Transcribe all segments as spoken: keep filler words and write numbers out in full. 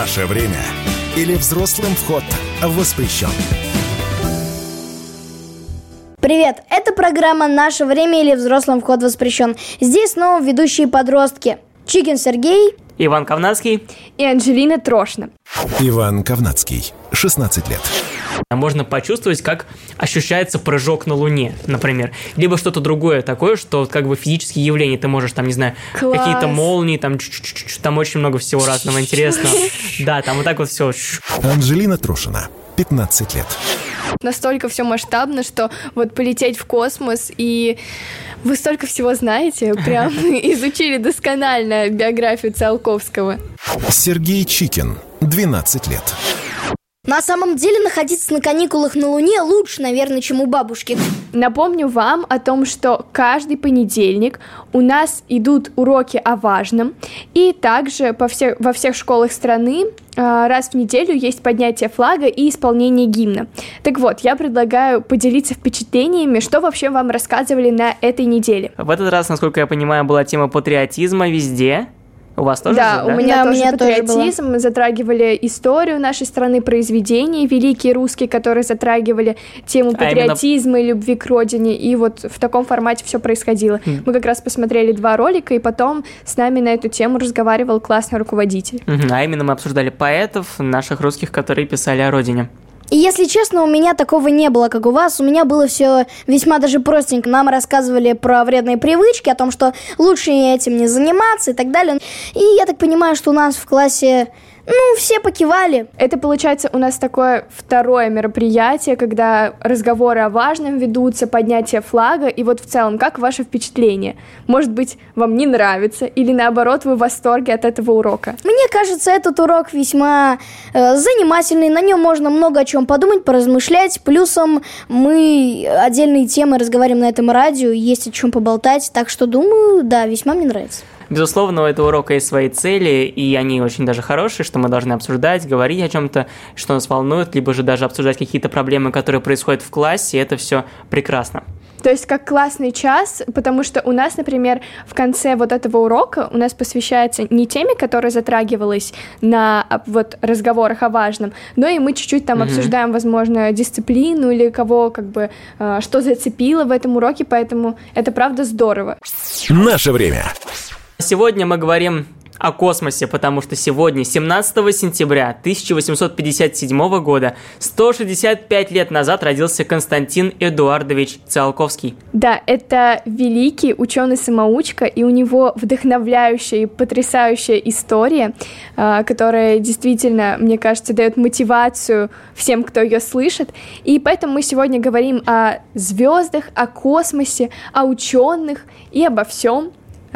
Наше время. Или взрослым вход воспрещен. Привет, это программа «Наше время» или «Взрослым вход воспрещен». Здесь снова ведущие подростки. Чикин Сергей, Иван Ковнацкий и Анжелина Трошина. Иван Ковнацкий, шестнадцать лет. Можно почувствовать, как ощущается прыжок на Луне, например. Либо что-то другое такое, что как бы физические явления. Ты можешь, там, не знаю, Класс. какие-то молнии, там, там очень много всего разного интересного. Да, там вот так вот все. Анжелина Трошина, пятнадцать лет. Настолько все масштабно, что вот полететь в космос, и вы столько всего знаете, прям изучили досконально биографию Циолковского. Сергей Чикин, двенадцать лет. на самом деле находиться на каникулах на Луне лучше, наверное, чем у бабушки. Напомню вам о том, что каждый понедельник у нас идут уроки о важном, и также по всех, во всех школах страны раз в неделю есть поднятие флага и исполнение гимна. Так вот, я предлагаю поделиться впечатлениями, что вообще вам рассказывали на этой неделе. В этот раз, насколько я понимаю, была тема патриотизма везде. У вас тоже? Да, же, да? у меня да, тоже у меня патриотизм. тоже Мы затрагивали историю нашей страны, произведения великие русские, которые затрагивали тему патриотизма а именно... и любви к родине. И вот в таком формате все происходило. Mm. Мы как раз посмотрели два ролика, и потом с нами на эту тему разговаривал классный руководитель. Mm-hmm. А именно мы обсуждали поэтов наших русских, которые писали о родине. И если честно, у меня такого не было, как у вас. У меня было все весьма даже простенько. Нам рассказывали про вредные привычки, о том, что лучше этим не заниматься и так далее. И я так понимаю, что у нас в классе... Ну, все покивали. Это, получается, у нас такое второе мероприятие, когда разговоры о важном ведутся, поднятие флага. И вот в целом, как ваше впечатление? Может быть, вам не нравится? Или наоборот, вы в восторге от этого урока? Мне кажется, этот урок весьма э, занимательный. На нем можно много о чем подумать, поразмышлять. Плюсом мы отдельные темы разговариваем на этом радио, есть о чем поболтать. Так что, думаю, да, весьма мне нравится. Безусловно, у этого урока есть свои цели, и они очень даже хорошие, что мы должны обсуждать, говорить о чем-то, что нас волнует, либо же даже обсуждать какие-то проблемы, которые происходят в классе, и это все прекрасно. То есть как классный час, потому что у нас, например, в конце вот этого урока у нас посвящается не теме, которая затрагивалась на вот разговорах о важном, но и мы чуть-чуть там mm-hmm. обсуждаем, возможно, дисциплину или кого как бы что зацепило в этом уроке, поэтому это правда здорово. Наше время. Сегодня мы говорим о космосе, потому что сегодня, семнадцатого сентября тысяча восемьсот пятьдесят седьмого года, сто шестьдесят пять лет назад, родился Константин Эдуардович Циолковский. Да, это великий ученый-самоучка, и у него вдохновляющая и потрясающая история, которая действительно, мне кажется, дает мотивацию всем, кто ее слышит. И поэтому мы сегодня говорим о звездах, о космосе, о ученых и обо всем,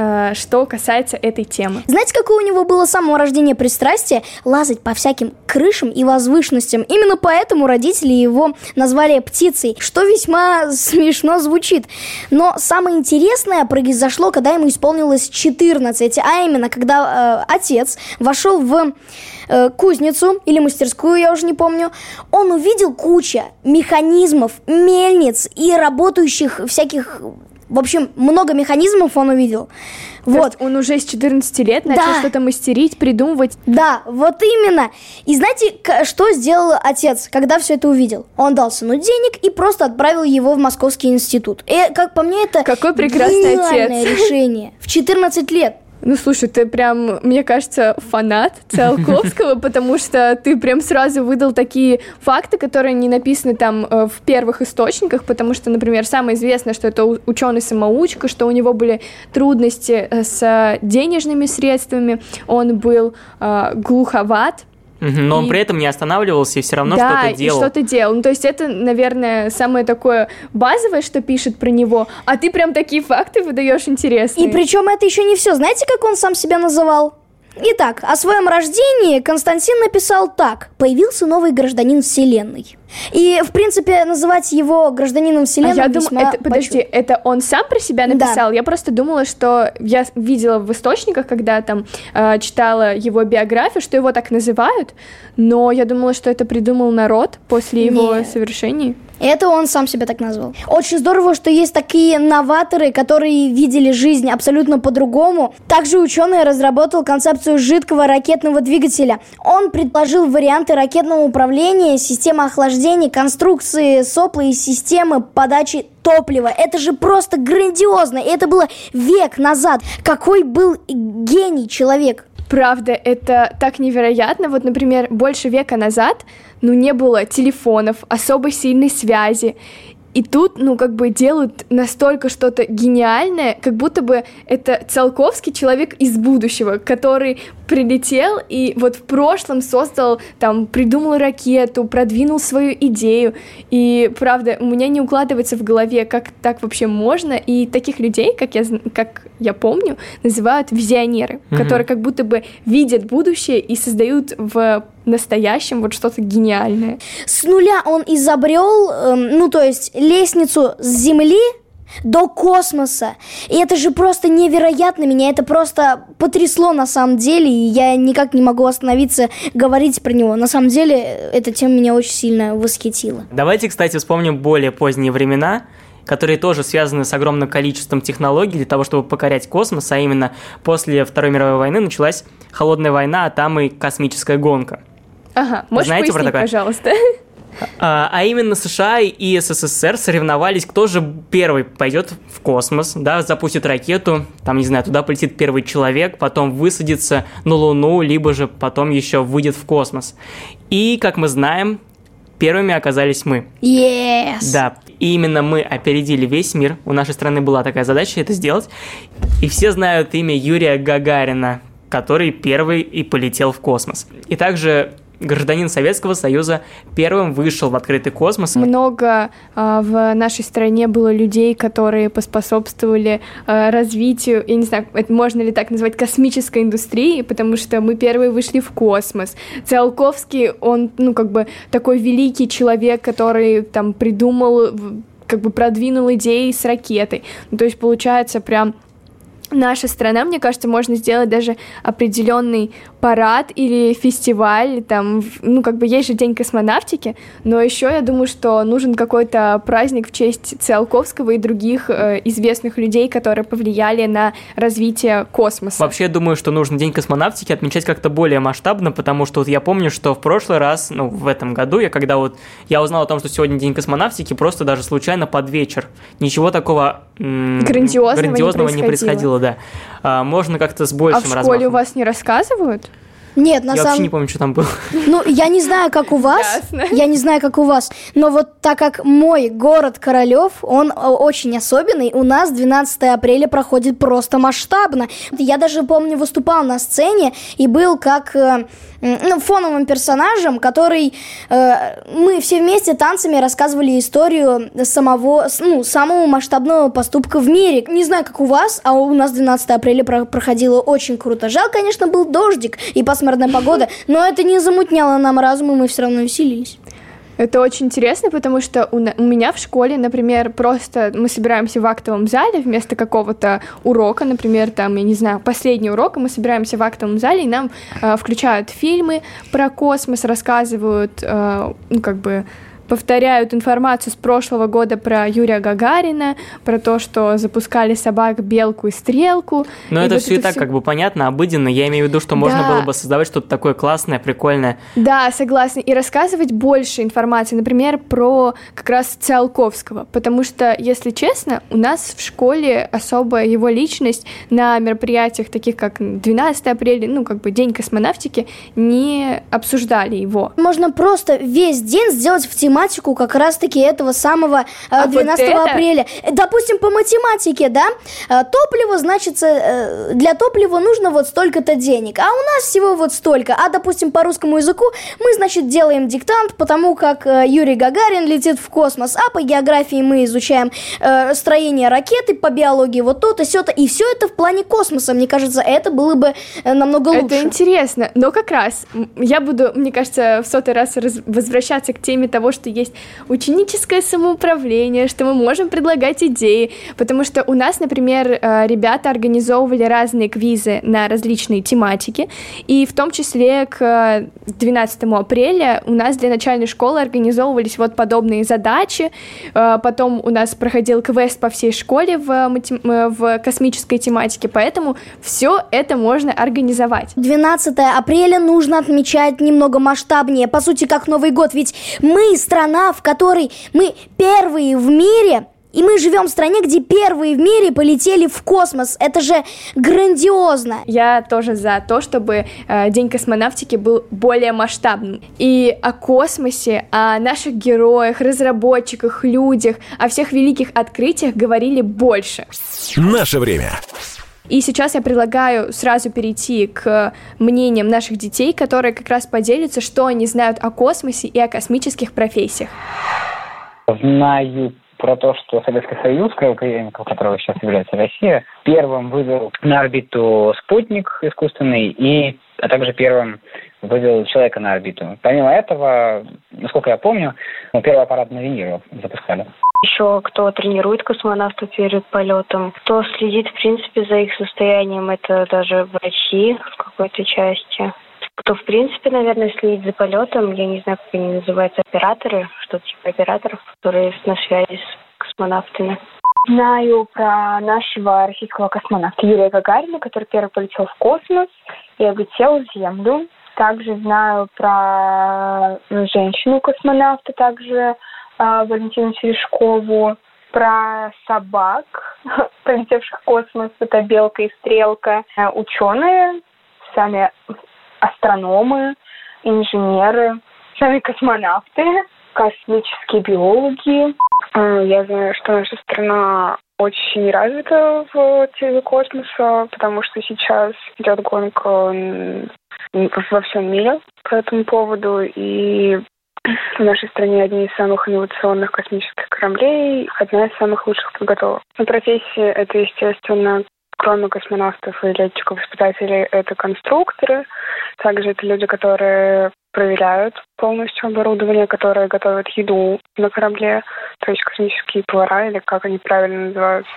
что касается этой темы. Знаете, какое у него было с самого рождения пристрастие? Лазать по всяким крышам и возвышенностям. Именно поэтому родители его назвали птицей, что весьма смешно звучит. Но самое интересное произошло, когда ему исполнилось четырнадцать, а именно, когда э, отец вошел в э, кузницу или мастерскую, я уже не помню, он увидел кучу механизмов, мельниц и работающих всяких... В общем, много механизмов он увидел. То вот. Он уже с четырнадцати лет начал да. что-то мастерить, придумывать. Да, вот именно. И знаете, что сделал отец, когда все это увидел? Он дал сыну денег и просто отправил его в Московский институт. И, как по мне, это Какой прекрасный гениальное отец. решение. В четырнадцать лет. Ну, слушай, ты прям, мне кажется, фанат Циолковского, потому что ты прям сразу выдал такие факты, которые не написаны там в первых источниках, потому что, например, самое известное, что это ученый-самоучка, что у него были трудности с денежными средствами, он был э, глуховат. Но и... он при этом не останавливался и все равно да, что-то делал. Да, и что-то делал. Ну, то есть это, наверное, самое такое базовое, что пишет про него, а ты прям такие факты выдаешь интересные. И причем это еще не все. Знаете, как он сам себя называл? Итак, о своем рождении Константин написал так. Появился новый гражданин Вселенной. И, в принципе, называть его гражданином Вселенной а я весьма думаю, это, подожди, это он сам про себя написал? Да. Я просто думала, что я видела в источниках, когда там э, читала его биографию, что его так называют, но я думала, что это придумал народ после его Нет. совершений. Это он сам себя так назвал. Очень здорово, что есть такие новаторы, которые видели жизнь абсолютно по-другому. Также ученый разработал концепцию жидкого ракетного двигателя. Он предложил варианты ракетного управления, системы охлаждения, конструкции сопла и системы подачи топлива. Это же просто грандиозно. И это было век назад. Какой был гений человек. Правда, это так невероятно. Вот, например, больше века назад, ну, не было телефонов, особой сильной связи. И тут, ну, как бы делают настолько что-то гениальное, как будто бы это Циолковский человек из будущего, который прилетел и вот в прошлом создал, там, придумал ракету, продвинул свою идею. И, правда, у меня не укладывается в голове, как так вообще можно. И таких людей, как я, как я помню, называют визионеры, mm-hmm. которые как будто бы видят будущее и создают в настоящем вот что-то гениальное. С нуля он изобрел, эм, ну, то есть лестницу с Земли до космоса. И это же просто невероятно. Меня это просто потрясло на самом деле. И я никак не могу остановиться говорить про него. На самом деле, эта тема меня очень сильно восхитила. Давайте, кстати, вспомним более поздние времена, которые тоже связаны с огромным количеством технологий для того, чтобы покорять космос, а именно после Второй мировой войны началась холодная война, а там и космическая гонка. Ага, можешь Знаете пояснить, про такое? пожалуйста? А, а именно США и СССР соревновались, кто же первый пойдет в космос, да, запустит ракету, там, не знаю, туда полетит первый человек, потом высадится на Луну, либо же потом еще выйдет в космос. И, как мы знаем, первыми оказались мы. Yes. Да, и именно мы опередили весь мир. У нашей страны была такая задача это сделать. И все знают имя Юрия Гагарина, который первый и полетел в космос. И также гражданин Советского Союза первым вышел в открытый космос. Много э, в нашей стране было людей, которые поспособствовали э, развитию, я не знаю, это можно ли так назвать, космической индустрии, потому что мы первые вышли в космос. Циолковский, он, ну, как бы такой великий человек, который там придумал, как бы продвинул идеи с ракетой. Ну, то есть, получается, прям наша страна, мне кажется, можно сделать даже определенный парад или фестиваль, там, ну, как бы есть же День космонавтики, но еще я думаю, что нужен какой-то праздник в честь Циолковского и других э, известных людей, которые повлияли на развитие космоса. Вообще, я думаю, что нужно День космонавтики отмечать как-то более масштабно, потому что вот я помню, что в прошлый раз, ну, в этом году, я когда вот, я узнал о том, что сегодня День космонавтики, просто даже случайно под вечер. Ничего такого м- грандиозного, грандиозного не не происходило, да. А, можно как-то с большим размахом. А в школе у вас не рассказывают? Нет, на я самом... вообще не помню, что там было. Ну, я не знаю, как у вас. Ясно. Я не знаю, как у вас. Но вот так как мой город Королёв, он очень особенный, у нас двенадцатого апреля проходит просто масштабно. Я даже, помню, выступал на сцене и был как... ну, фоновым персонажем, который э, мы все вместе танцами рассказывали историю самого, ну, самого масштабного поступка в мире. Не знаю, как у вас, а у нас двенадцатого апреля про- проходило очень круто. Жалко, конечно, был дождик и пасмурная погода, но это не замутняло нам разум, и мы все равно веселились. Это очень интересно, потому что у, на, у меня в школе, например, просто мы собираемся в актовом зале вместо какого-то урока, например, там, я не знаю, последний урок, и мы собираемся в актовом зале, и нам э, включают фильмы про космос, рассказывают, э, ну, как бы, повторяют информацию с прошлого года про Юрия Гагарина, про то, что запускали собак Белку и Стрелку. Но и это вот все и это так всё... как бы понятно, обыденно. Я имею в виду, что можно Да. было бы создавать что-то такое классное, прикольное. Да, согласна. И рассказывать больше информации, например, про как раз Циолковского. Потому что, если честно, у нас в школе особо его личность на мероприятиях, таких как двенадцатого апреля, ну, как бы День космонавтики, не обсуждали его. Можно просто весь день сделать в тематику как раз-таки этого самого э, двенадцатого вот это... апреля. Допустим, по математике, да, э, топливо, значит, э, для топлива нужно вот столько-то денег, а у нас всего вот столько. А, допустим, по русскому языку мы, значит, делаем диктант, потому как э, Юрий Гагарин летит в космос, а по географии мы изучаем э, строение ракеты, по биологии вот то-то, сё-то, и все это в плане космоса. Мне кажется, это было бы э, намного лучше. Это интересно, но как раз я буду, мне кажется, в сотый раз раз- возвращаться к теме того, что что есть ученическое самоуправление, что мы можем предлагать идеи, потому что у нас, например, ребята организовывали разные квизы на различные тематики, и в том числе к двенадцатому апреля у нас для начальной школы организовывались вот подобные задачи, потом у нас проходил квест по всей школе в, матем... в космической тематике, поэтому все это можно организовать. двенадцатое апреля нужно отмечать немного масштабнее, по сути, как Новый год, ведь мы страна, в которой мы первые в мире, и мы живем в стране, где первые в мире полетели в космос. Это же грандиозно. Я тоже за то, чтобы э, День космонавтики был более масштабным. И о космосе, о наших героях, разработчиках, людях, о всех великих открытиях говорили больше. Наше время. И сейчас я предлагаю сразу перейти к мнениям наших детей, которые как раз поделятся, что они знают о космосе и о космических профессиях. Знаю про то, что Советский Союз, краеведником которого сейчас является Россия, первым вывел на орбиту спутник искусственный, и, а также первым вывел человека на орбиту. Помимо этого, насколько я помню, первый аппарат на Венеру запускали. Еще кто тренирует космонавтов перед полетом, кто следит, в принципе, за их состоянием, это даже врачи в какой-то части. Кто, в принципе, наверное, следит за полетом, я не знаю, как они называются, операторы, что-то типа операторов, которые на связи с космонавтами. Знаю про нашего российского космонавта Юрия Гагарина, который первый полетел в космос и облетел Землю. Также знаю про женщину-космонавта, также э, Валентину Терешкову, про собак, полетевших в космос, это Белка и Стрелка, ученые, сами астрономы, инженеры, сами космонавты, космические биологи. Я знаю, что наша страна очень развита в теме космоса, потому что сейчас идет гонка во всем мире по этому поводу, и в нашей стране одни из самых инновационных космических кораблей, одна из самых лучших подготовок. Но профессия — это, естественно, кроме космонавтов и летчиков-испытателей, это конструкторы. Также это люди, которые проверяют полностью оборудование, которые готовят еду на корабле, то есть космические повара, или как они правильно называются.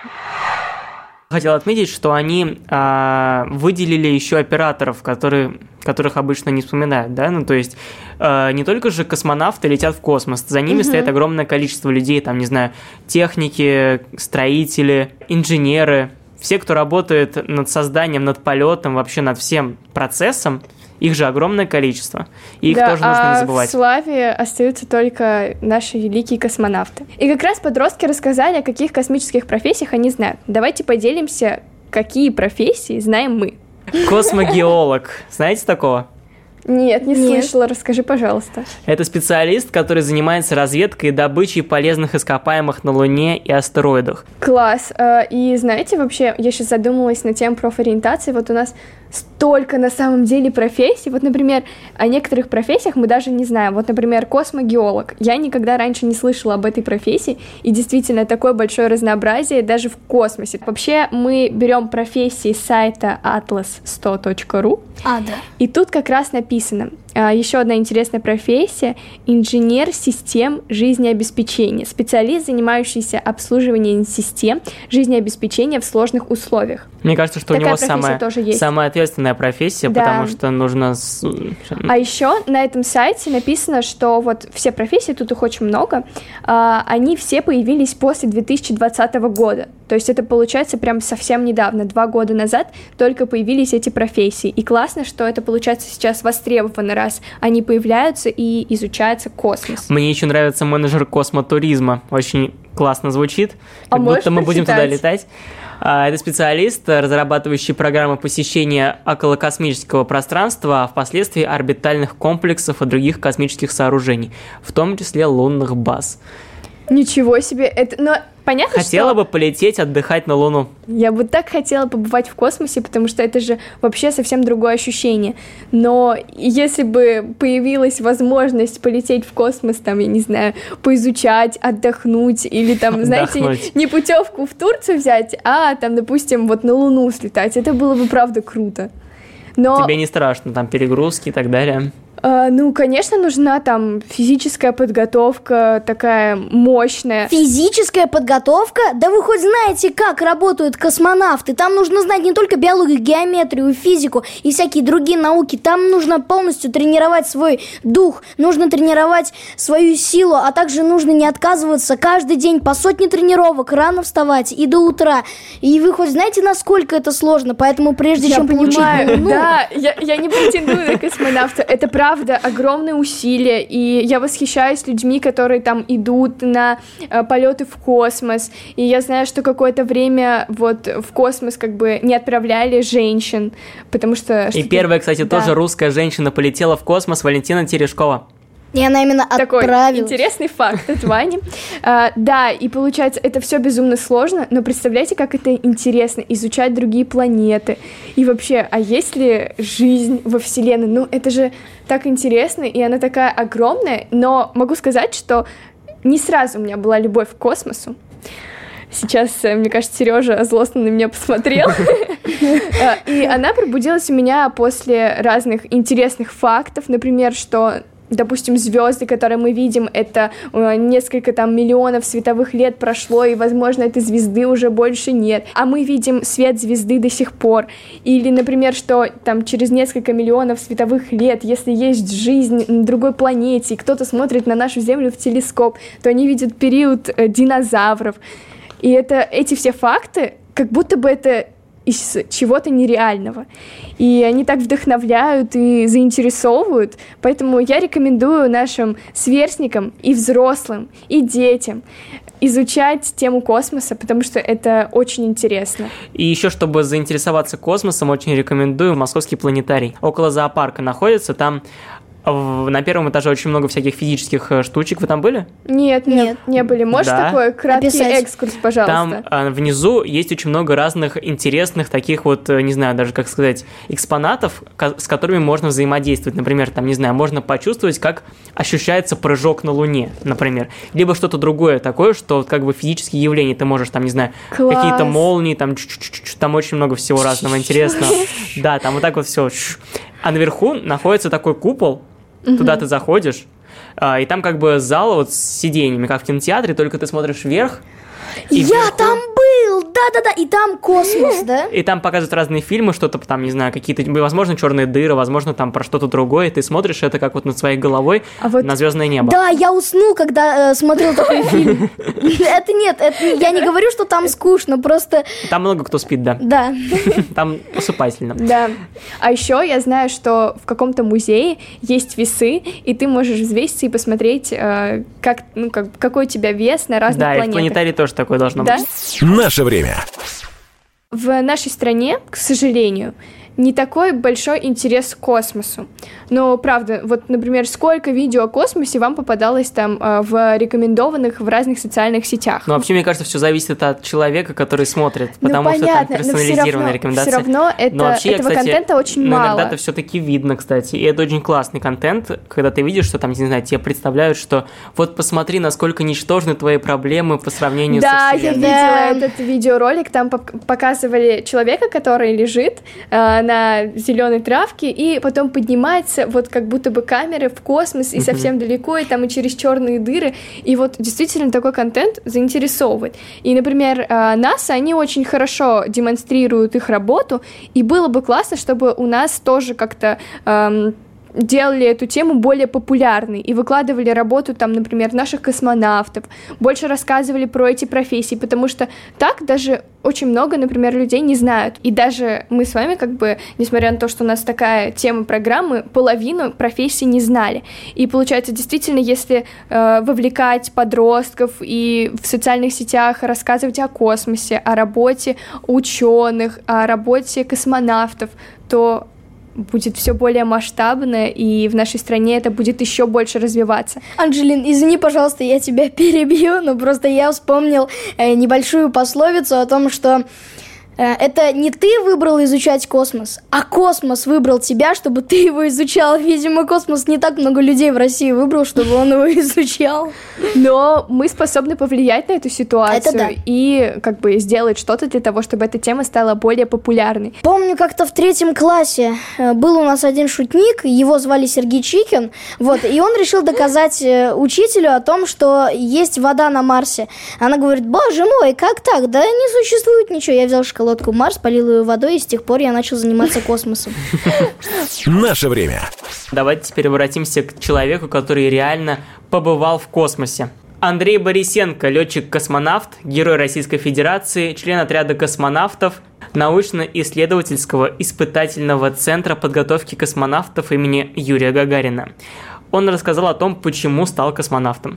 Хотел отметить, что они а, выделили еще операторов, которые, которых обычно не вспоминают, да, ну то есть а, не только же космонавты летят в космос, за ними mm-hmm. стоит огромное количество людей, там, не знаю, техники, строители, инженеры, все, кто работает над созданием, над полетом, вообще над всем процессом, их же огромное количество, и их да, тоже нужно а не забывать. В славе остаются только наши великие космонавты. И как раз подростки рассказали, о каких космических профессиях они знают. Давайте поделимся, какие профессии знаем мы. Космогеолог. Знаете такого? Нет, не Нет. слышала. Расскажи, пожалуйста. Это специалист, который занимается разведкой и добычей полезных ископаемых на Луне и астероидах. Класс. И знаете, вообще, я сейчас задумалась на тему профориентации. Вот у нас столько на самом деле профессий. Вот, например, о некоторых профессиях мы даже не знаем. Вот, например, космогеолог. Я никогда раньше не слышала об этой профессии. И действительно, такое большое разнообразие даже в космосе. Вообще, мы берем профессии с сайта атлас сто точка ру. А, да. И тут как раз написано, еще одна интересная профессия – инженер систем жизнеобеспечения, специалист, занимающийся обслуживанием систем жизнеобеспечения в сложных условиях. Мне кажется, что Такая у него самая, тоже есть. самая ответственная профессия, Да. потому что нужно... А еще на этом сайте написано, что вот все профессии, тут их очень много, они все появились после две тысячи двадцатого года. То есть это получается прям совсем недавно, два года назад только появились эти профессии. И классно, что это получается сейчас востребовано, раз они появляются и изучается космос. Мне еще нравится менеджер космотуризма. Очень классно звучит. Как А будто мы будем туда прочитать? летать. Это специалист, разрабатывающий программы посещения околокосмического пространства, а впоследствии орбитальных комплексов и других космических сооружений, в том числе лунных баз. Ничего себе! Это, но понятно, Хотела что... бы полететь, отдыхать на Луну. Я бы так хотела побывать в космосе, потому что это же вообще совсем другое ощущение. Но если бы появилась возможность полететь в космос, там, я не знаю, поизучать, отдохнуть, или там, знаете, Отдохнуть. не путевку в Турцию взять, а там, допустим, вот на Луну слетать, это было бы правда круто. Но... Тебе не страшно, там перегрузки и так далее? А, ну, конечно, нужна там физическая подготовка такая мощная. Физическая подготовка? Да вы хоть знаете, как работают космонавты? Там нужно знать не только биологию, геометрию, физику и всякие другие науки. Там нужно полностью тренировать свой дух, нужно тренировать свою силу, а также нужно не отказываться каждый день по сотне тренировок, рано вставать и до утра. И вы хоть знаете, насколько это сложно? Поэтому прежде я чем понимаю, получить... Ну, да, я, я не претендую на космонавта. Это правда. Правда, огромные усилия, и я восхищаюсь людьми, которые там идут на э, полеты в космос, и я знаю, что какое-то время вот в космос как бы не отправляли женщин, потому что... И первая, кстати, да. тоже русская женщина полетела в космос, Валентина Терешкова. И она именно отправилась. Такой интересный факт от Вани. а, Да, и получается, это все безумно сложно, но представляете, как это интересно, изучать другие планеты. И вообще, а есть ли жизнь во Вселенной? Ну, это же так интересно, и она такая огромная, но могу сказать, что не сразу у меня была любовь к космосу. Сейчас, мне кажется, Сережа злостно на меня посмотрел. И она пробудилась у меня после разных интересных фактов, например, что... Допустим, звезды, которые мы видим, это несколько там миллионов световых лет прошло, и, возможно, этой звезды уже больше нет. А мы видим свет звезды до сих пор. Или, например, что там через несколько миллионов световых лет, если есть жизнь на другой планете, и кто-то смотрит на нашу Землю в телескоп, то они видят период э, динозавров. И это, эти все факты, как будто бы это из чего-то нереального. И они так вдохновляют и заинтересовывают. Поэтому я рекомендую нашим сверстникам и взрослым, и детям изучать тему космоса, потому что это очень интересно. И еще, чтобы заинтересоваться космосом, очень рекомендую Московский планетарий. Около зоопарка находится, там на первом этаже очень много всяких физических штучек. Вы там были? Нет, нет, нет. не были. Можешь да. такой краткий Описать. экскурс, пожалуйста? Там а, внизу есть очень много разных интересных таких вот, не знаю, даже как сказать, экспонатов, с которыми можно взаимодействовать. Например, там, не знаю, можно почувствовать, как ощущается прыжок на Луне, например. Либо что-то другое такое, что как бы физические явления. Ты можешь, там, не знаю, Класс. какие-то молнии, там, там очень много всего разного интересного. Да, там вот так вот все. А наверху находится такой купол. Uh-huh. Туда ты заходишь, а, и там как бы зал вот с сиденьями, как в кинотеатре, только ты смотришь вверх. Я вверху... там был, да-да-да, и там космос, да? И там показывают разные фильмы, что-то там, не знаю, какие-то, возможно, черные дыры, возможно, там про что-то другое, и ты смотришь это как вот над своей головой а вот... на звездное небо. Да, я уснул, когда э, смотрел такой фильм. Это нет, я не говорю, что там скучно, просто... Там много кто спит, да. Да. Там усыпательно. Да. А еще я знаю, что в каком-то музее есть весы, и ты можешь взвеситься и посмотреть, как, ну, как, какой у тебя вес на разных планетах. Да, и в планетарии тоже такое должно да? быть. Наше время. В нашей стране, к сожалению, не такой большой интерес к космосу. Но, правда, вот, например, сколько видео о космосе вам попадалось там в рекомендованных в разных социальных сетях? Ну, вообще, мне кажется, все зависит от человека, который смотрит, потому ну, что там персонализированная рекомендация. Все равно это, но вообще, этого кстати, контента очень ну, мало. Иногда это все-таки видно, кстати, и это очень классный контент, когда ты видишь, что там, не знаю, тебе представляют, что вот посмотри, насколько ничтожны твои проблемы по сравнению да, со Вселенной. Да, я видела этот видеоролик, там показывали человека, который лежит э, на зеленой травке и потом поднимается вот как будто бы камеры в космос и совсем далеко, и там и через черные дыры, и вот действительно такой контент заинтересовывает. И, например, НАСА, они очень хорошо демонстрируют их работу, и было бы классно, чтобы у нас тоже как-то эм, делали эту тему более популярной и выкладывали работу, там, например, наших космонавтов, больше рассказывали про эти профессии, потому что так даже очень много, например, людей не знают. И даже мы с вами, как бы, несмотря на то, что у нас такая тема программы, половину профессий не знали. И получается, действительно, если э, вовлекать подростков и в социальных сетях рассказывать о космосе, о работе ученых, о работе космонавтов, то будет все более масштабно, и в нашей стране это будет еще больше развиваться. Анжелин, извини, пожалуйста, я тебя перебью, но просто я вспомнил э, небольшую пословицу о том, что Это не ты выбрал изучать космос, а космос выбрал тебя, чтобы ты его изучал. Видимо, космос не так много людей в России выбрал, чтобы он его изучал. Но мы способны повлиять на эту ситуацию Это да. и как бы сделать что-то для того, чтобы эта тема стала более популярной. Помню, как-то в третьем классе был у нас один шутник, его звали Сергей Чикин, вот, и он решил доказать учителю о том, что есть вода на Марсе. Она говорит: боже мой, как так? Да не существует ничего. Я взял шоколадку Марс, полил ее водой, и с тех пор я начал заниматься космосом. Наше время. Давайте теперь обратимся к человеку, который реально побывал в космосе. Андрей Борисенко, летчик-космонавт, герой Российской Федерации, член отряда космонавтов, научно-исследовательского испытательного центра подготовки космонавтов имени Юрия Гагарина. Он рассказал о том, почему стал космонавтом.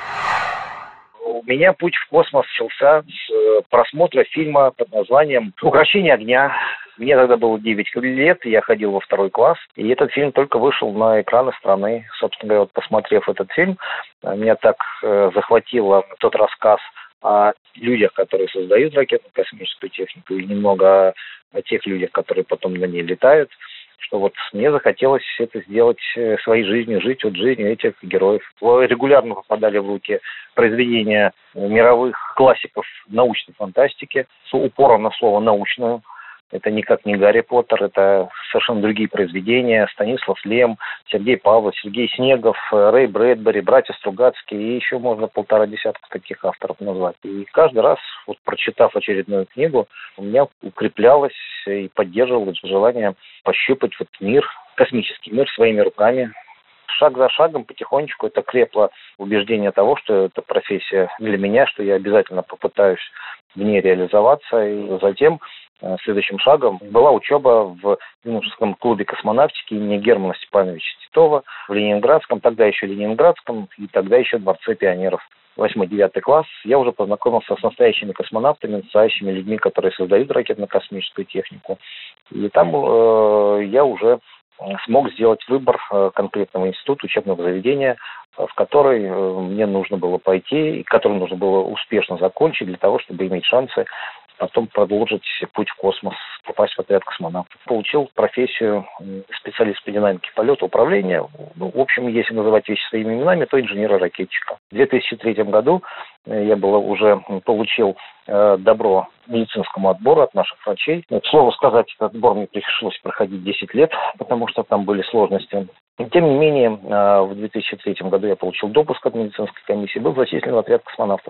У меня путь в космос начался с просмотра фильма под названием «Укрощение огня». Мне тогда было девять лет, я ходил во второй класс, и этот фильм только вышел на экраны страны. Собственно говоря, вот посмотрев этот фильм, меня так э, захватило тот рассказ о людях, которые создают ракетно-космическую технику, и немного о, о тех людях, которые потом на ней летают, что вот мне захотелось это сделать своей жизнью, жить от жизни этих героев. Регулярно попадали в руки произведения мировых классиков научной фантастики с упором на слово «научную». Это никак не Гарри Поттер, это совершенно другие произведения. Станислав Лем, Сергей Павлов, Сергей Снегов, Рэй Брэдбери, братья Стругацкие, и еще можно полтора десятка таких авторов назвать. И каждый раз, вот, прочитав очередную книгу, у меня укреплялось и поддерживалось желание пощупать вот мир, космический мир своими руками. Шаг за шагом, потихонечку это крепло убеждение того, что это профессия для меня, что я обязательно попытаюсь в ней реализоваться. И затем следующим шагом была учеба в юношеском клубе космонавтики имени Германа Степановича Титова в Ленинградском, тогда еще Ленинградском, и тогда еще Дворце пионеров. Восьмой-девятый класс. Я уже познакомился с настоящими космонавтами, настоящими людьми, которые создают ракетно-космическую технику. И там э, я уже смог сделать выбор конкретного института, учебного заведения, в который мне нужно было пойти, и который нужно было успешно закончить для того, чтобы иметь шансы потом продолжить путь в космос, попасть в отряд космонавтов. Получил профессию специалист по динамике полета, управления. Ну, в общем, если называть вещи своими именами, то инженера-ракетчика. В две тысячи третьем году я было уже получил э, добро медицинскому отбору от наших врачей. К слову сказать, этот отбор мне пришлось проходить десять лет, потому что там были сложности. И, тем не менее, э, в две тысячи третьем году я получил допуск от медицинской комиссии, был зачислен в отряд космонавтов.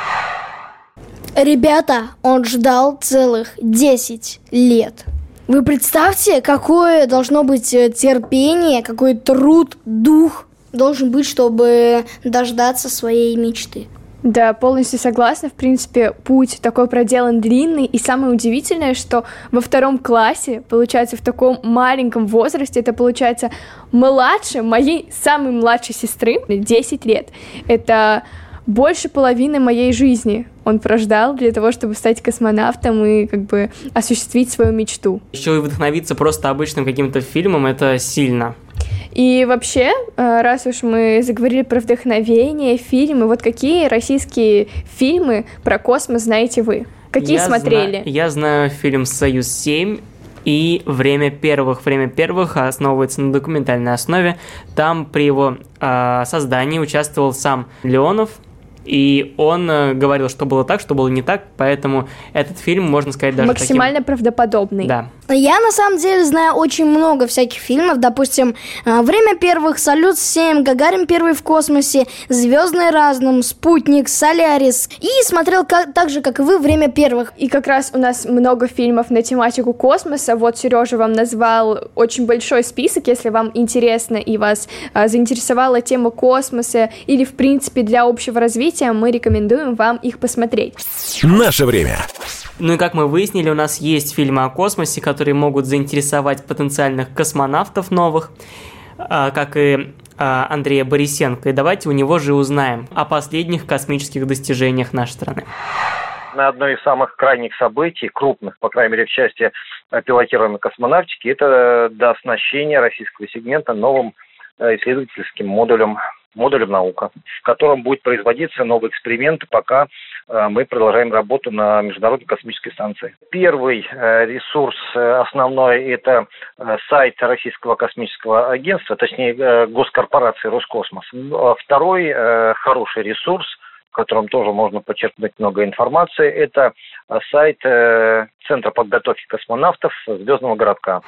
Ребята, он ждал целых десять лет. Вы представьте, какое должно быть терпение, какой труд, дух должен быть, чтобы дождаться своей мечты. Да, полностью согласна. В принципе, путь такой проделан длинный. И самое удивительное, что во втором классе, получается, в таком маленьком возрасте, это получается младше моей самой младшей сестры, десять лет. Это больше половины моей жизни он прождал для того, чтобы стать космонавтом и как бы осуществить свою мечту. Еще и вдохновиться просто обычным каким-то фильмом, это сильно. И вообще, раз уж мы заговорили про вдохновение, фильмы, вот какие российские фильмы про космос знаете вы? Какие я смотрели? Зна- я знаю фильм «Союз-семь» и «Время первых». «Время первых» основывается на документальной основе. Там при его э, создании участвовал сам Леонов, и он э, говорил, что было так, что было не так, поэтому этот фильм, можно сказать, даже максимально таким... правдоподобный. Да. Я, на самом деле, знаю очень много всяких фильмов. Допустим, «Время первых», «Салют-семь», «Гагарин первый в космосе», «Звездный разум», «Спутник», «Солярис». И смотрел как, так же, как и вы, «Время первых». И как раз у нас много фильмов на тематику космоса. Вот Сережа вам назвал очень большой список, если вам интересно и вас а, заинтересовала тема космоса или, в принципе, для общего развития, мы рекомендуем вам их посмотреть. Наше время. Ну и как мы выяснили, у нас есть фильмы о космосе, которые могут заинтересовать потенциальных космонавтов новых, как и Андрея Борисенко. И давайте у него же узнаем о последних космических достижениях нашей страны. На одно из самых крайних событий, крупных, по крайней мере, в части пилотируемой космонавтики, это дооснащение российского сегмента новым исследовательским модулем модулем «Наука», в котором будет производиться новый эксперимент, пока э, мы продолжаем работу на Международной космической станции. Первый э, ресурс э, основной – это э, сайт Российского космического агентства, точнее э, госкорпорации «Роскосмос». А второй э, хороший ресурс, в котором тоже можно подчеркнуть много информации, это сайт э, Центра подготовки космонавтов Звездного городка.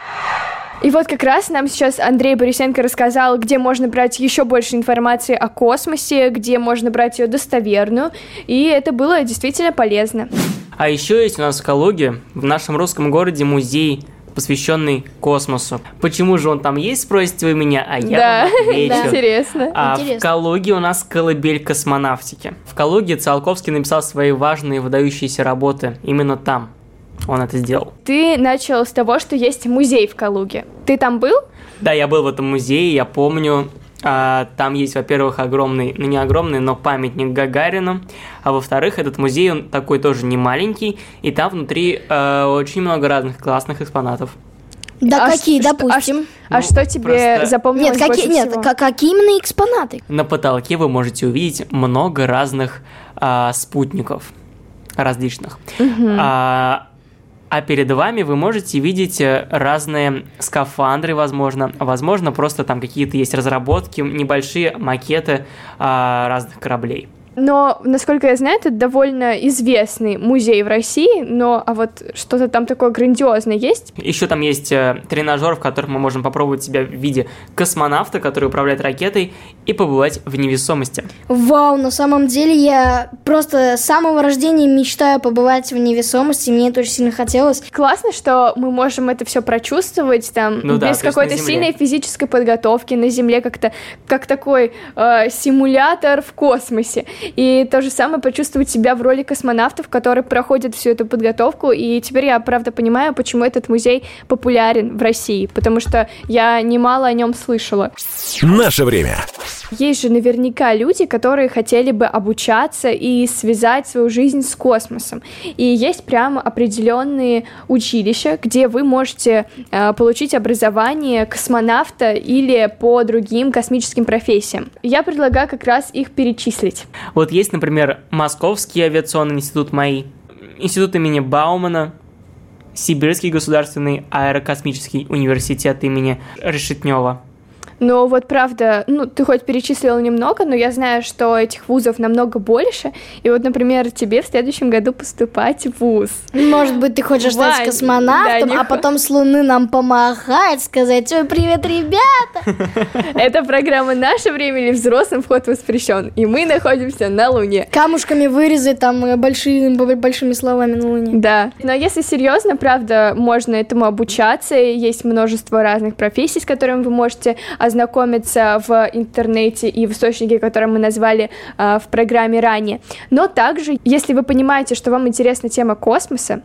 И вот как раз нам сейчас Андрей Борисенко рассказал, где можно брать еще больше информации о космосе, где можно брать ее достоверную, и это было действительно полезно. А еще есть у нас в Калуге, в нашем русском городе, музей, посвященный космосу. Почему же он там есть, спросите вы меня, а я да, вам отвечу. Да, интересно. А Интересно. в Калуге у нас колыбель космонавтики. В Калуге Циолковский написал свои важные выдающиеся работы именно там. Он это сделал. Ты начал с того, что есть музей в Калуге. Ты там был? Да, я был в этом музее, я помню. А, там есть, во-первых, огромный, ну не огромный, но памятник Гагарину. А во-вторых, этот музей, он такой тоже не маленький. И там внутри э, очень много разных классных экспонатов. Да а какие, что, допустим? А, а Ну, что тебе просто... запомнилось Нет, какие, больше нет, всего? к- какие именно экспонаты? На потолке вы можете увидеть много разных а, спутников различных. Мгм. А, а перед вами вы можете видеть разные скафандры, возможно. Возможно, просто там какие-то есть разработки, небольшие макеты а, разных кораблей. Но, насколько я знаю, это довольно известный музей в России, но а вот что-то там такое грандиозное есть? Еще там есть э, тренажер, в котором мы можем попробовать себя в виде космонавта, который управляет ракетой, и побывать в невесомости. Вау, на самом деле я просто с самого рождения мечтаю побывать в невесомости, мне это очень сильно хотелось. Классно, что мы можем это все прочувствовать там Ну да, без то есть какой-то на Земле. сильной физической подготовки на Земле, как-то как такой э, симулятор в космосе. И то же самое почувствовать себя в роли космонавтов, которые проходят всю эту подготовку. И теперь я, правда, понимаю, почему этот музей популярен в России, потому что я немало о нем слышала. Наше время. Есть же наверняка люди, которые хотели бы обучаться и связать свою жизнь с космосом. И есть прямо определенные училища, где вы можете э, получить образование космонавта или по другим космическим профессиям. Я предлагаю как раз их перечислить. Вот есть, например, Московский авиационный институт МАИ, институт имени Баумана, Сибирский государственный аэрокосмический университет имени Решетнева. Но вот правда, ну, ты хоть перечислила немного, но я знаю, что этих вузов намного больше. И вот, например, тебе в следующем году поступать в вуз. Может быть, ты хочешь Вань, стать космонавтом, да, не а хо- потом с Луны нам помахать, сказать: ой, привет, ребята! Это программа «Наше время» или «Взрослым вход воспрещен». И мы находимся на Луне. Камушками вырезать там э, большими, б- большими словами на Луне. Да, но если серьезно, правда, можно этому обучаться, есть множество разных профессий, с которыми вы можете ознакомиться в интернете и в источнике, которые мы назвали э, в программе ранее. Но также, если вы понимаете, что вам интересна тема космоса,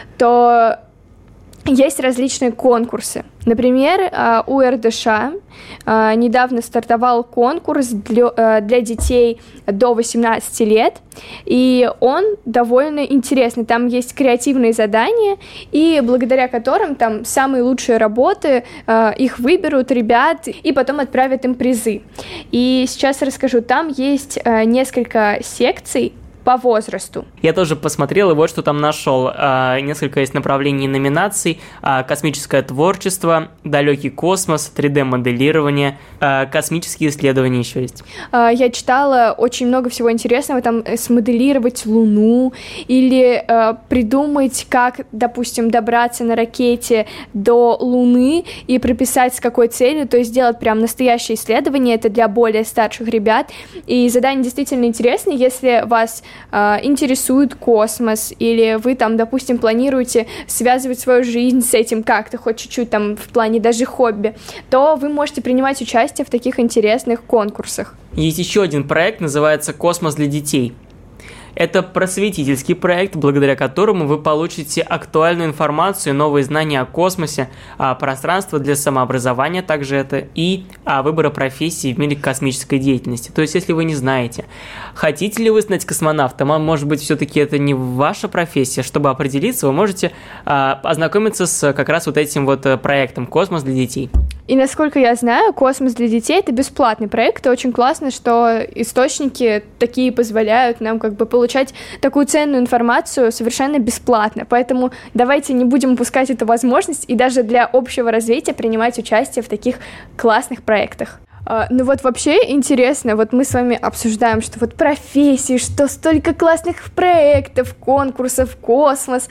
то есть различные конкурсы. Например, э, у эр дэ ша э, недавно стартовал конкурс для, э, для детей до восемнадцати лет, и он довольно интересный. Там есть креативные задания, и благодаря которым там самые лучшие работы, э, их выберут ребят, и потом отправят им призы. И сейчас расскажу, там есть э, несколько секций по возрасту. Я тоже посмотрел, и вот что там нашел. А, несколько есть направлений и номинаций. А, космическое творчество, далекий космос, три дэ-моделирование, а, космические исследования еще есть. А, Я читала очень много всего интересного, там э, смоделировать Луну или э, придумать, как, допустим, добраться на ракете до Луны и прописать с какой целью, то есть сделать прям настоящее исследование, это для более старших ребят. И задание действительно интересное, если вас э, интересует космос, или вы там, допустим, планируете связывать свою жизнь с этим как-то, хоть чуть-чуть там в плане даже хобби, то вы можете принимать участие в таких интересных конкурсах. Есть еще один проект, называется «Космос для детей». Это просветительский проект, благодаря которому вы получите актуальную информацию, новые знания о космосе, а, пространство для самообразования также это, и а, выбора профессии в мире космической деятельности. То есть, если вы не знаете, хотите ли вы стать космонавтом, а может быть, все-таки это не ваша профессия, чтобы определиться, вы можете а, ознакомиться с как раз вот этим вот проектом «Космос для детей». И насколько я знаю, «Космос для детей» — это бесплатный проект, и очень классно, что источники такие позволяют нам как бы получать такую ценную информацию совершенно бесплатно. Поэтому давайте не будем упускать эту возможность и даже для общего развития принимать участие в таких классных проектах. Uh, ну вот вообще интересно, вот мы с вами обсуждаем, что вот профессии, что столько классных проектов, конкурсов, космос,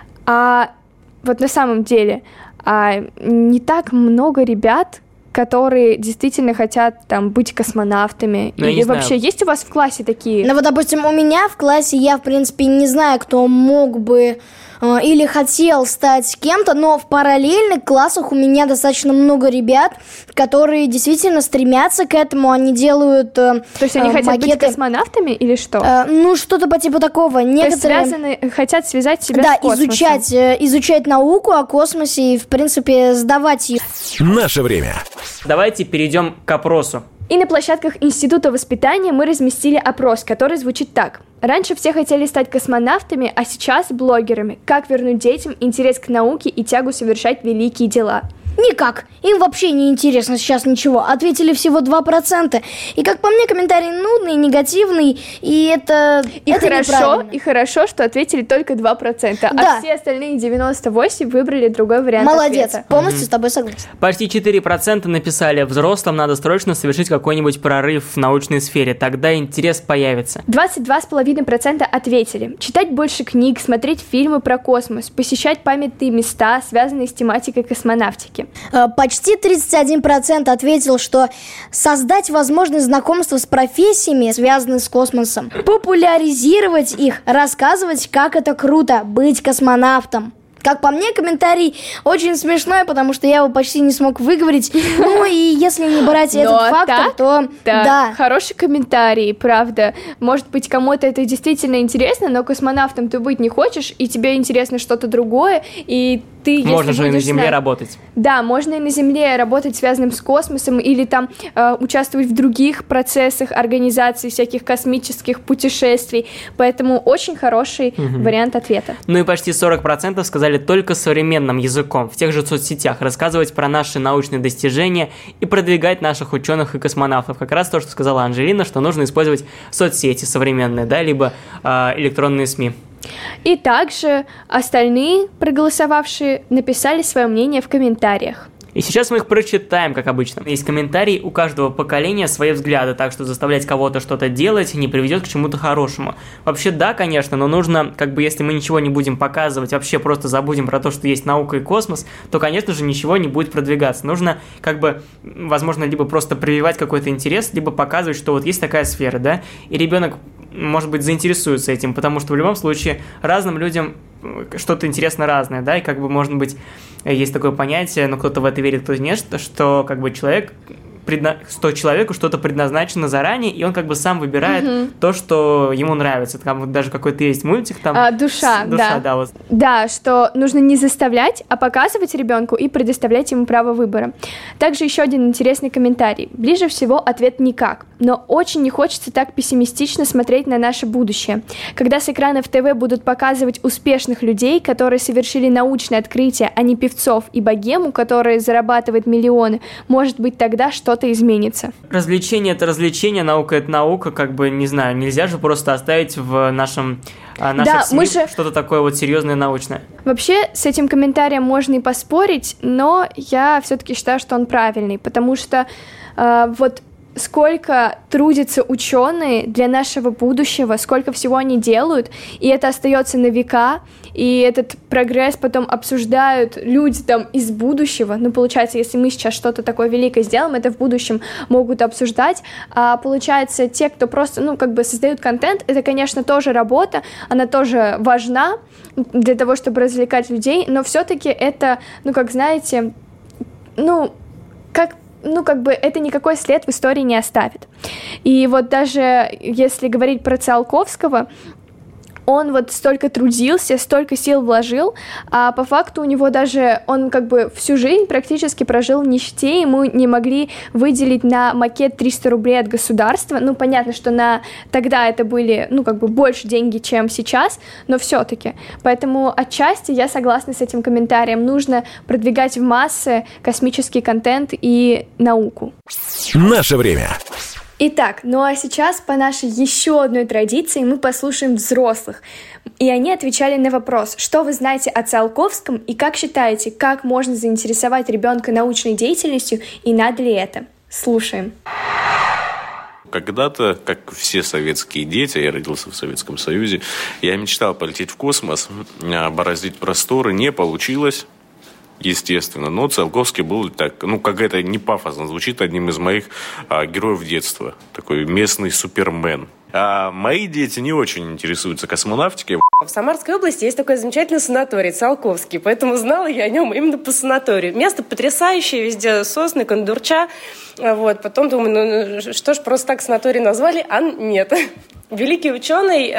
а вот на самом деле а, не так много ребят, которые действительно хотят там быть космонавтами. Но или вообще знаю. Есть у вас в классе такие? Ну вот, допустим, у меня в классе, я, в принципе, не знаю, кто мог бы э, или хотел стать кем-то, но в параллельных классах у меня достаточно много ребят, которые действительно стремятся к этому, они делают э, То есть они э, хотят макеты. быть космонавтами или что? Э, ну, что-то по типу такого. Некоторые... То есть связаны, хотят связать себя да, с космосом. изучать, э, изучать науку о космосе и, в принципе, сдавать ее. Наше время. Давайте перейдем к опросу. И на площадках Института воспитания мы разместили опрос, который звучит так. Раньше все хотели стать космонавтами, а сейчас блогерами. Как вернуть детям интерес к науке и тягу совершать великие дела? Никак. Им вообще не интересно сейчас ничего. Ответили всего два процента. И, как по мне, комментарий нудный, негативный, и это, и это хорошо, неправильно. И хорошо, что ответили только два процента, да. А все остальные девяносто восемь процентов выбрали другой вариант Молодец, ответа. полностью mm-hmm. с тобой согласен. Почти четыре процента написали: взрослым надо срочно совершить какой-нибудь прорыв в научной сфере, тогда интерес появится. двадцать два целых пять десятых процента ответили: читать больше книг, смотреть фильмы про космос, посещать памятные места, связанные с тематикой космонавтики. Почти тридцать один процент ответил, что создать возможность знакомства с профессиями, связанными с космосом, популяризировать их, рассказывать, как это круто быть космонавтом. Как по мне, комментарий очень смешной, потому что я его почти не смог выговорить. Ну и если не брать этот Но фактор, так, то да, да. Хороший комментарий, правда. Может быть, кому-то это действительно интересно, но космонавтом ты быть не хочешь, и тебе интересно что-то другое, и ты, можно если же и на Земле на... работать. Да, можно и на Земле работать, связанным с космосом, или там э, участвовать в других процессах организации всяких космических путешествий. Поэтому очень хороший угу. вариант ответа. Ну и почти сорок процентов сказали только современным языком, в тех же соцсетях, рассказывать про наши научные достижения и продвигать наших ученых и космонавтов. Как раз то, что сказала Анжелина, что нужно использовать соцсети современные, да, либо э, электронные СМИ. И также остальные проголосовавшие написали свое мнение в комментариях. И сейчас мы их прочитаем, как обычно. Есть комментарии, у каждого поколения свои взгляды, так что заставлять кого-то что-то делать не приведет к чему-то хорошему. Вообще да, конечно, но нужно, как бы, если мы ничего не будем показывать, вообще просто забудем про то, что есть наука и космос, то, конечно же, ничего не будет продвигаться. Нужно, как бы, возможно, либо просто прививать какой-то интерес, либо показывать, что вот есть такая сфера, да, и ребенок, может быть, заинтересуется этим, потому что в любом случае разным людям что-то интересно разное, да, и как бы, может быть, есть такое понятие, но кто-то в это верит, кто-то нет, что, что как бы человек, предна... что человеку что-то предназначено заранее, и он как бы сам выбирает угу. то, что ему нравится. Там вот даже какой-то есть мультик там. А, душа, с... душа, да. Да, вот. Да, что нужно не заставлять, а показывать ребенку и предоставлять ему право выбора. Также еще один интересный комментарий. Ближе всего ответ никак, но очень не хочется так пессимистично смотреть на наше будущее. Когда с экранов ТВ будут показывать успешных людей, которые совершили научное открытие, а не певцов и богему, которые зарабатывают миллионы, может быть, тогда что-то изменится. Развлечение — это развлечение, наука — это наука, как бы, не знаю, нельзя же просто оставить в нашем, наших да, СМИ же... что-то такое вот серьезное научное. Вообще, с этим комментарием можно и поспорить, но я все-таки считаю, что он правильный, потому что э, вот сколько трудятся ученые для нашего будущего, сколько всего они делают, и это остается на века, и этот прогресс потом обсуждают люди там из будущего. Ну, получается, если мы сейчас что-то такое великое сделаем, это в будущем могут обсуждать, а получается, те, кто просто, ну, как бы создают контент, это, конечно, тоже работа, она тоже важна для того, чтобы развлекать людей, но все-таки это, ну, как знаете, ну, как ну, как бы это никакой след в истории не оставит. И вот даже если говорить про Циолковского, он вот столько трудился, столько сил вложил, а по факту у него даже, он как бы всю жизнь практически прожил в нищете, ему не могли выделить на макет триста рублей от государства. Ну, понятно, что на тогда это были, ну, как бы больше деньги, чем сейчас, но все-таки. Поэтому отчасти я согласна с этим комментарием. Нужно продвигать в массы космический контент и науку. Наше время. Итак, ну а сейчас по нашей еще одной традиции мы послушаем взрослых. И они отвечали на вопрос, что вы знаете о Циолковском и как считаете, как можно заинтересовать ребенка научной деятельностью и надо ли это? Слушаем. Когда-то, как все советские дети, я родился в Советском Союзе, я мечтал полететь в космос, бороздить просторы, не получилось. Естественно, но Циолковский был так, ну, как это не пафосно звучит, одним из моих а, героев детства. Такой местный супермен. А мои дети не очень интересуются космонавтикой. В Самарской области есть такой замечательный санаторий Циолковский, поэтому знала я о нем именно по санаторию. Место потрясающее, везде сосны, кондурча. Вот. Потом думаю, ну что ж, просто так санаторий назвали, а нет. Великий ученый,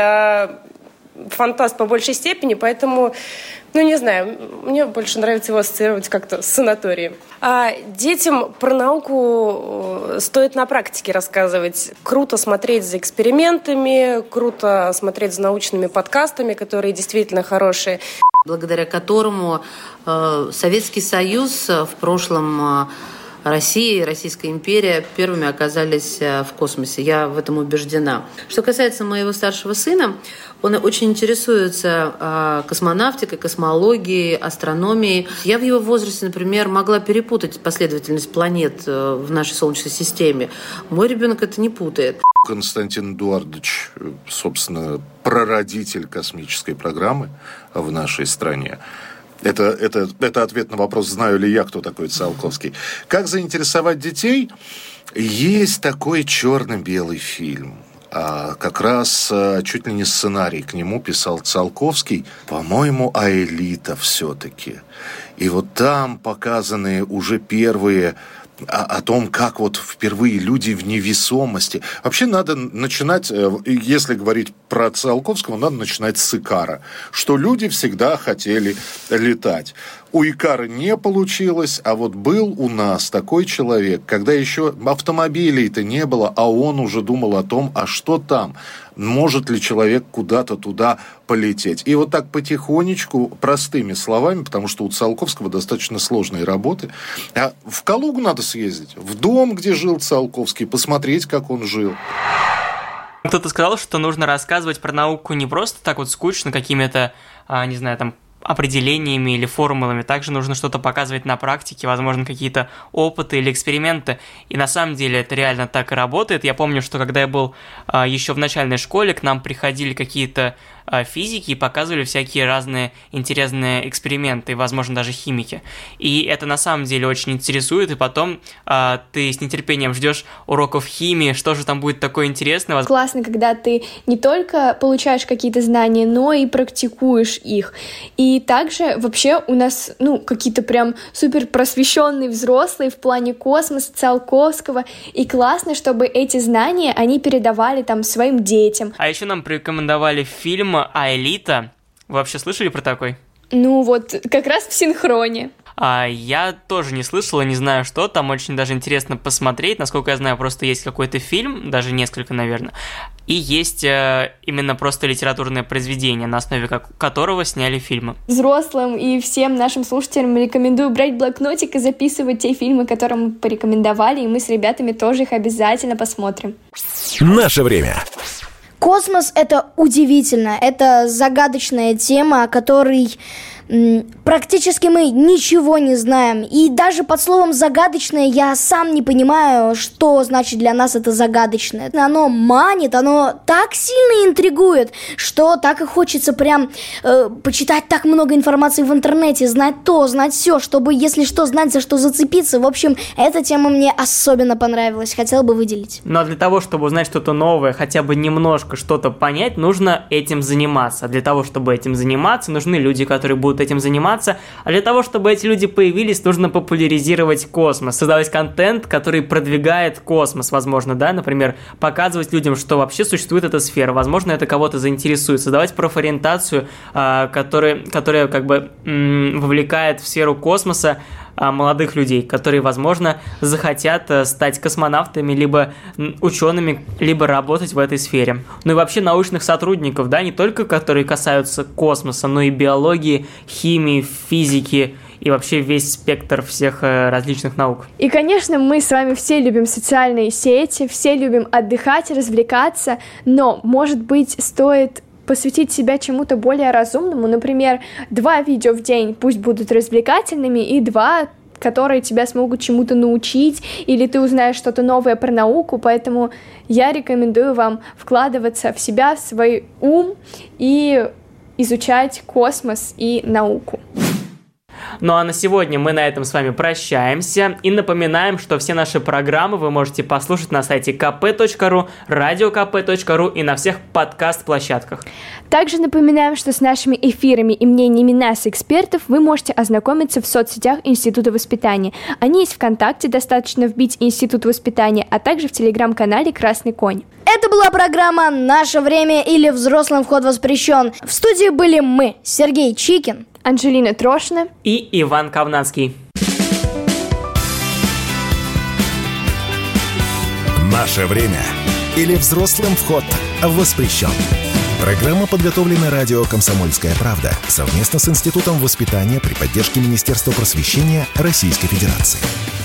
фантаст по большей степени, поэтому... Ну, не знаю, мне больше нравится его ассоциировать как-то с санаторием. А детям про науку стоит на практике рассказывать. Круто смотреть за экспериментами, круто смотреть за научными подкастами, которые действительно хорошие. Благодаря которому э, Советский Союз в прошлом... Э, Россия и Российская империя первыми оказались в космосе. Я в этом убеждена. Что касается моего старшего сына, он очень интересуется космонавтикой, космологией, астрономией. Я в его возрасте, например, могла перепутать последовательность планет в нашей Солнечной системе. Мой ребенок это не путает. Константин Эдуардович, собственно, прародитель космической программы в нашей стране. Это, это, это ответ на вопрос, знаю ли я, кто такой Циолковский. Как заинтересовать детей? Есть такой черно-белый фильм. А как раз а, чуть ли не сценарий к нему писал Циолковский. По-моему, «Аэлита» все-таки. И вот там показаны уже первые... О, о том, как вот впервые люди в невесомости. Вообще надо начинать, если говорить про Циолковского, надо начинать с Икара, что люди всегда хотели летать. У Икара не получилось, а вот был у нас такой человек, когда еще автомобилей-то не было, а он уже думал о том, а что там, может ли человек куда-то туда полететь. И вот так потихонечку, простыми словами, потому что у Циолковского достаточно сложные работы, а в Калугу надо съездить, в дом, где жил Циолковский, посмотреть, как он жил. Кто-то сказал, что нужно рассказывать про науку не просто так вот скучно, какими-то, а, не знаю, там, определениями или формулами. Также нужно что-то показывать на практике, возможно, какие-то опыты или эксперименты. И на самом деле это реально так и работает. Я помню, что когда я был а, еще в начальной школе, к нам приходили какие-то а, физики и показывали всякие разные интересные эксперименты, возможно, даже химики. И это на самом деле очень интересует, и потом а, ты с нетерпением ждешь уроков химии, что же там будет такое интересное. Классно, когда ты не только получаешь какие-то знания, но и практикуешь их. И также вообще у нас, ну, какие-то прям супер просвещенные взрослые в плане космоса, Циолковского. И классно, чтобы эти знания они передавали там своим детям. А еще нам порекомендовали фильм «Аэлита». Вы вообще слышали про такой? Ну вот, как раз в синхроне. А, я тоже не слышала, не знаю что, там очень даже интересно посмотреть, насколько я знаю, просто есть какой-то фильм, даже несколько, наверное, и есть э, именно просто литературное произведение, на основе как- которого сняли фильмы. Взрослым и всем нашим слушателям рекомендую брать блокнотик и записывать те фильмы, которые мы порекомендовали, и мы с ребятами тоже их обязательно посмотрим. Наше время. Космос — это удивительно, это загадочная тема, о которой м, практически мы ничего не знаем. И даже под словом «загадочное» я сам не понимаю, что значит для нас это загадочное. Оно манит, оно так сильно интригует, что так и хочется прям э, почитать так много информации в интернете, знать то, знать все, чтобы, если что, знать, за что зацепиться. В общем, эта тема мне особенно понравилась, хотела бы выделить. Но для того, чтобы узнать что-то новое, хотя бы немножко что-то понять, нужно этим заниматься. Для того, чтобы этим заниматься, нужны люди, которые будут будут этим заниматься. А для того, чтобы эти люди появились, нужно популяризировать космос, создавать контент, который продвигает космос, возможно, да, например, показывать людям, что вообще существует эта сфера, возможно, это кого-то заинтересует, создавать профориентацию, которая, которая как бы вовлекает в сферу космоса молодых людей, которые, возможно, захотят стать космонавтами, либо учеными, либо работать в этой сфере. Ну и вообще научных сотрудников, да, не только которые касаются космоса, но и биологии, химии, физики и вообще весь спектр всех различных наук. И, конечно, мы с вами все любим социальные сети, все любим отдыхать, развлекаться, но, может быть, стоит посвятить себя чему-то более разумному, например, два видео в день пусть будут развлекательными, и два, которые тебя смогут чему-то научить, или ты узнаешь что-то новое про науку, поэтому я рекомендую вам вкладываться в себя, в свой ум и изучать космос и науку. Ну а на сегодня мы на этом с вами прощаемся и напоминаем, что все наши программы вы можете послушать на сайте ка пэ точка ру, радио ка пэ точка ру и на всех подкаст-площадках. Также напоминаем, что с нашими эфирами и мнениями нас, экспертов, вы можете ознакомиться в соцсетях Института воспитания. Они есть ВКонтакте, достаточно вбить Институт воспитания, а также в телеграм-канале «Красный конь». Это была программа «Наше время» или «Взрослым вход воспрещен». В студии были мы, Сергей Чикин, Анжелина Трошина и Иван Ковнанский. «Наше время» или «Взрослым вход воспрещен». Программа подготовлена радио «Комсомольская правда» совместно с Институтом воспитания при поддержке Министерства просвещения Российской Федерации.